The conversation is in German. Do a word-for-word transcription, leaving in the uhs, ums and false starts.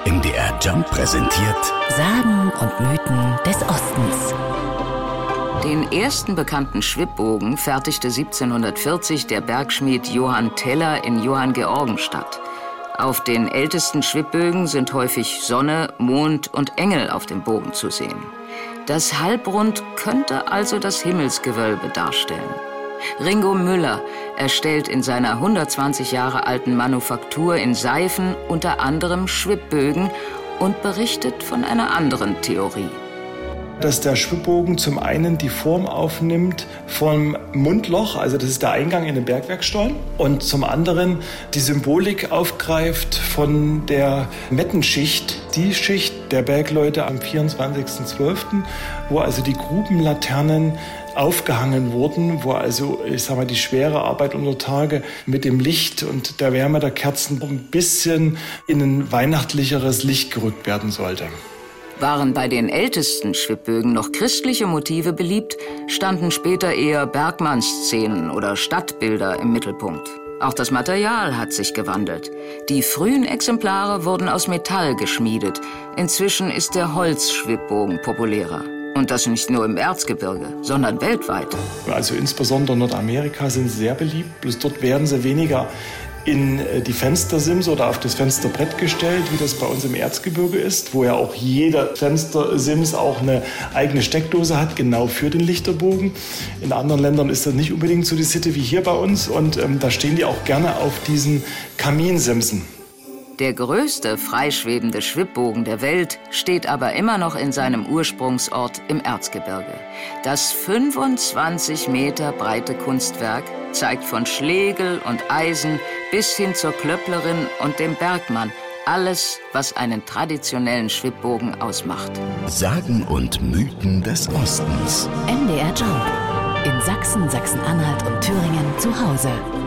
M D R Jump präsentiert Sagen und Mythen des Ostens. Den ersten bekannten Schwibbogen fertigte siebzehnhundertvierzig der Bergschmied Johann Teller in Johanngeorgenstadt. Auf den ältesten Schwibbögen sind häufig Sonne, Mond und Engel auf dem Bogen zu sehen. Das Halbrund könnte also das Himmelsgewölbe darstellen. Ringo Müller erstellt in seiner hundertzwanzig Jahre alten Manufaktur in Seifen unter anderem Schwibbögen und berichtet von einer anderen Theorie. Dass der Schwibbogen zum einen die Form aufnimmt vom Mundloch, also das ist der Eingang in den Bergwerkstollen, und zum anderen die Symbolik aufgreift von der Mettenschicht, die Schicht der Bergleute am vierundzwanzigsten zwölften, wo also die Grubenlaternen aufgehangen wurden, wo also, ich sag mal, die schwere Arbeit unter Tage mit dem Licht und der Wärme der Kerzen ein bisschen in ein weihnachtlicheres Licht gerückt werden sollte. Waren bei den ältesten Schwibbögen noch christliche Motive beliebt, standen später eher Bergmannsszenen oder Stadtbilder im Mittelpunkt. Auch das Material hat sich gewandelt. Die frühen Exemplare wurden aus Metall geschmiedet. Inzwischen ist der Holzschwibbogen populärer. Und das nicht nur im Erzgebirge, sondern weltweit. Also insbesondere in Nordamerika sind sie sehr beliebt. Bloß dort werden sie weniger in die Fenstersims oder auf das Fensterbrett gestellt, wie das bei uns im Erzgebirge ist, wo ja auch jeder Fenstersims auch eine eigene Steckdose hat, genau für den Lichterbogen. In anderen Ländern ist das nicht unbedingt so die Sitte wie hier bei uns, und ähm, da stehen die auch gerne auf diesen Kaminsimsen. Der größte freischwebende Schwibbogen der Welt steht aber immer noch in seinem Ursprungsort im Erzgebirge. Das fünfundzwanzig Meter breite Kunstwerk zeigt von Schlegel und Eisen bis hin zur Klöpplerin und dem Bergmann alles, was einen traditionellen Schwibbogen ausmacht. Sagen und Mythen des Ostens. M D R Jump. In Sachsen, Sachsen-Anhalt und Thüringen zu Hause.